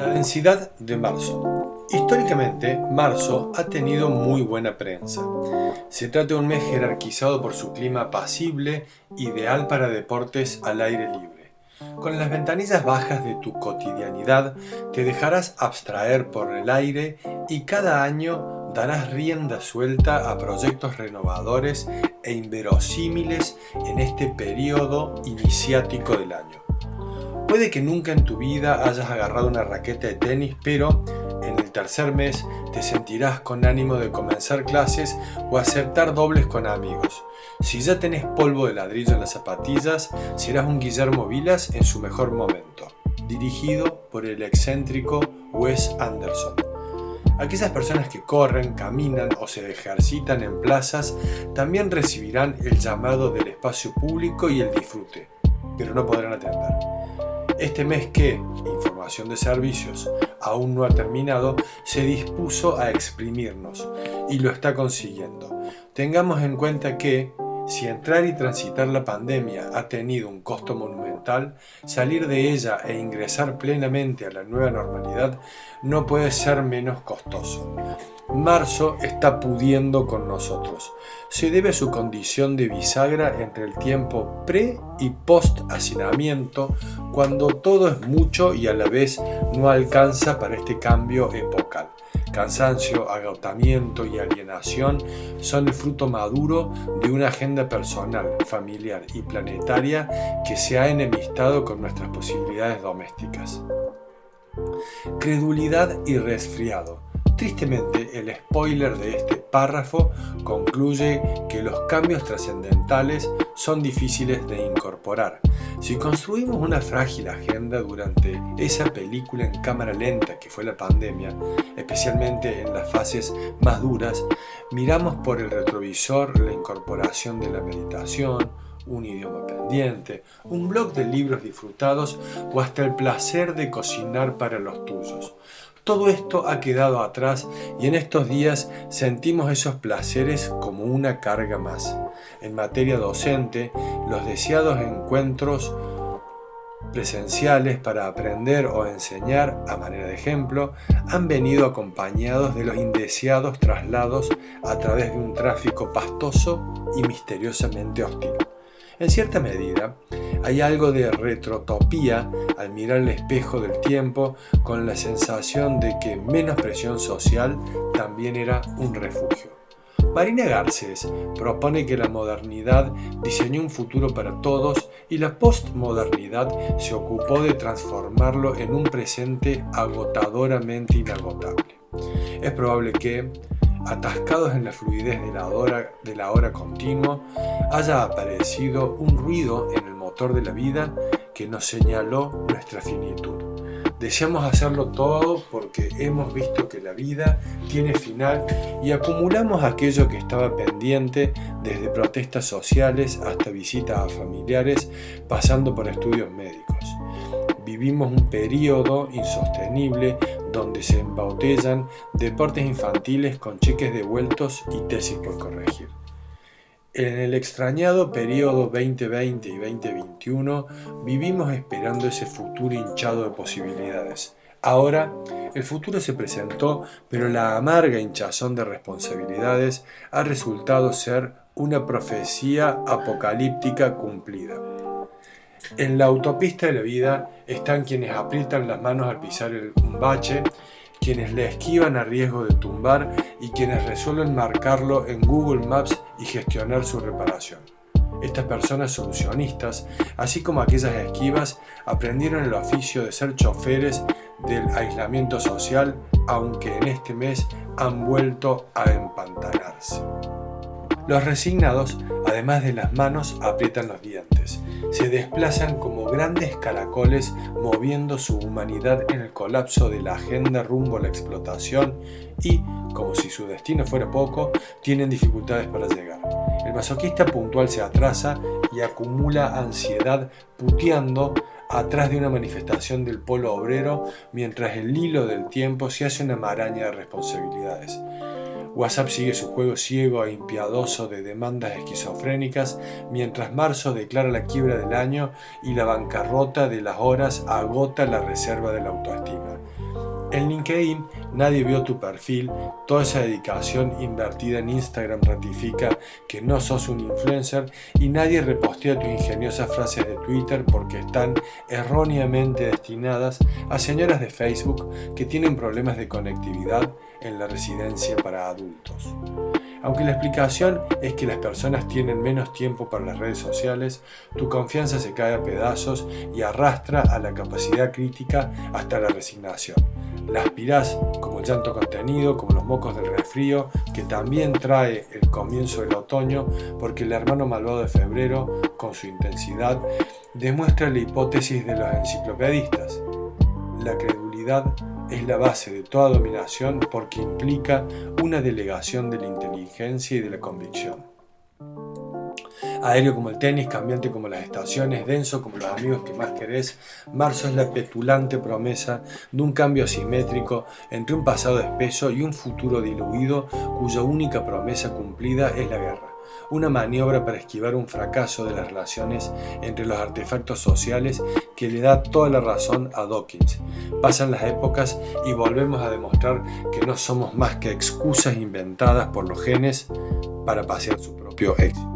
La densidad de marzo. Históricamente, marzo ha tenido muy buena prensa. Se trata de un mes jerarquizado por su clima apacible, ideal para deportes al aire libre. Con las ventanillas bajas de tu cotidianidad, te dejarás abstraer por el aire y cada año darás rienda suelta a proyectos renovadores e inverosímiles en este periodo iniciático del año. Puede que nunca en tu vida hayas agarrado una raqueta de tenis, pero en el tercer mes te sentirás con ánimo de comenzar clases o aceptar dobles con amigos. Si ya tenés polvo de ladrillo en las zapatillas, serás un Guillermo Vilas en su mejor momento, dirigido por el excéntrico Wes Anderson. Aquellas personas que corren, caminan o se ejercitan en plazas también recibirán el llamado del espacio público y el disfrute, pero no podrán atender. Este mes que, información de servicios, aún no ha terminado, se dispuso a exprimirnos y lo está consiguiendo. Tengamos en cuenta que, si entrar y transitar la pandemia ha tenido un costo monumental, salir de ella e ingresar plenamente a la nueva normalidad no puede ser menos costoso. Marzo está pudiendo con nosotros. Se debe a su condición de bisagra entre el tiempo pre y post hacinamiento, cuando todo es mucho y a la vez no alcanza para este cambio epocal. Cansancio, agotamiento y alienación son el fruto maduro de una agenda personal, familiar y planetaria que se ha enemistado con nuestras posibilidades domésticas. Credulidad y resfriado. Tristemente, el spoiler de este párrafo concluye que los cambios trascendentales son difíciles de incorporar. Si construimos una frágil agenda durante esa película en cámara lenta que fue la pandemia, especialmente en las fases más duras, miramos por el retrovisor la incorporación de la meditación, un idioma pendiente, un blog de libros disfrutados o hasta el placer de cocinar para los tuyos. Todo esto ha quedado atrás y en estos días sentimos esos placeres como una carga más. En materia docente, los deseados encuentros presenciales para aprender o enseñar, a manera de ejemplo, han venido acompañados de los indeseados traslados a través de un tráfico pastoso y misteriosamente hostil. En cierta medida, hay algo de retrotopía al mirar el espejo del tiempo con la sensación de que menos presión social también era un refugio. Marina Garcés propone que la modernidad diseñó un futuro para todos y la postmodernidad se ocupó de transformarlo en un presente agotadoramente inagotable. Es probable que, atascados en la fluidez de la hora continua, haya aparecido un ruido en el motor de la vida que nos señaló nuestra finitud. Deseamos hacerlo todo porque hemos visto que la vida tiene final y acumulamos aquello que estaba pendiente, desde protestas sociales hasta visitas a familiares, pasando por estudios médicos. Vivimos un periodo insostenible donde se embotellan deportes infantiles con cheques devueltos y tesis por corregir. En el extrañado periodo 2020 y 2021 vivimos esperando ese futuro hinchado de posibilidades. Ahora el futuro se presentó, pero la amarga hinchazón de responsabilidades ha resultado ser una profecía apocalíptica cumplida. En la autopista de la vida están quienes aprietan las manos al pisar un bache, quienes le esquivan a riesgo de tumbar y quienes resuelven marcarlo en Google Maps y gestionar su reparación. Estas personas solucionistas, así como aquellas esquivas, aprendieron el oficio de ser choferes del aislamiento social, aunque en este mes han vuelto a empantanarse. Los resignados, además de las manos, aprietan los dientes. Se desplazan como grandes caracoles moviendo su humanidad en el colapso de la agenda rumbo a la explotación y, como si su destino fuera poco, tienen dificultades para llegar. El masoquista puntual se atrasa y acumula ansiedad puteando atrás de una manifestación del polo obrero mientras el hilo del tiempo se hace una maraña de responsabilidades. WhatsApp sigue su juego ciego e impiedoso de demandas esquizofrénicas, mientras marzo declara la quiebra del año y la bancarrota de las horas agota la reserva de la autoestima. En LinkedIn nadie vio tu perfil, toda esa dedicación invertida en Instagram ratifica que no sos un influencer y nadie repostea tus ingeniosas frases de Twitter porque están erróneamente destinadas a señoras de Facebook que tienen problemas de conectividad en la residencia para adultos. Aunque la explicación es que las personas tienen menos tiempo para las redes sociales, tu confianza se cae a pedazos y arrastra a la capacidad crítica hasta la resignación. La aspirás como el llanto contenido, como los mocos del resfrío, que también trae el comienzo del otoño, porque el hermano malvado de febrero, con su intensidad, demuestra la hipótesis de los enciclopedistas. La credulidad es la base de toda dominación porque implica una delegación de la inteligencia y de la convicción. Aéreo como el tenis, cambiante como las estaciones, denso como los amigos que más querés, marzo es la petulante promesa de un cambio asimétrico entre un pasado espeso y un futuro diluido cuya única promesa cumplida es la guerra. Una maniobra para esquivar un fracaso de las relaciones entre los artefactos sociales que le da toda la razón a Dawkins. Pasan las épocas y volvemos a demostrar que no somos más que excusas inventadas por los genes para pasear su propio éxito.